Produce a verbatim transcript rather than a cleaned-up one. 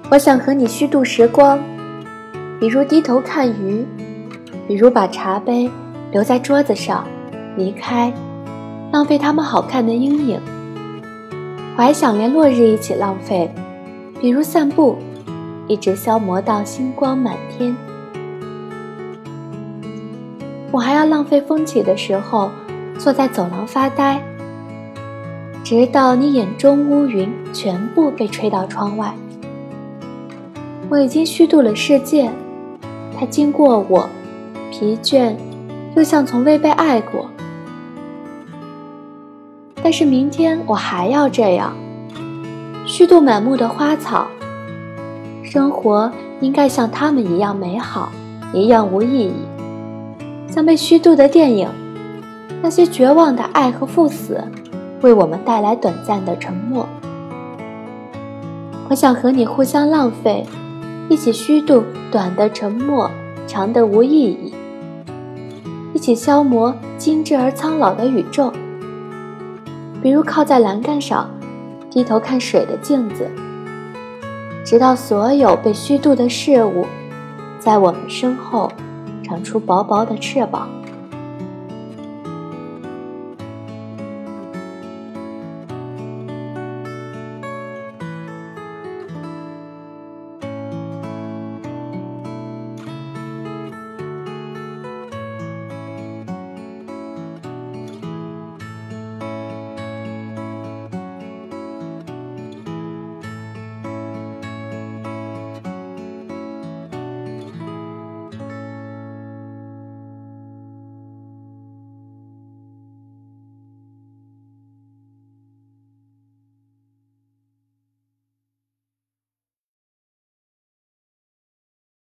我想和你虚度时光，比如低头看鱼，比如把茶杯留在桌子上离开，浪费它们好看的阴影。我还想连落日一起浪费，比如散步，一直消磨到星光满天。我还要浪费风起的时候，坐在走廊发呆，直到你眼中乌云全部被吹到窗外。我已经虚度了世界，它经过我，疲倦，又像从未被爱过。但是明天我还要这样，虚度满目的花草。生活应该像它们一样美好，一样无意义，像被虚度的电影，那些绝望的爱和赴死，为我们带来短暂的沉默。我想和你互相浪费，一起虚度短的沉默，长的无意义，一起消磨精致而苍老的宇宙。比如靠在栏杆上，低头看水的镜子，直到所有被虚度的事物在我们身后长出薄薄的翅膀。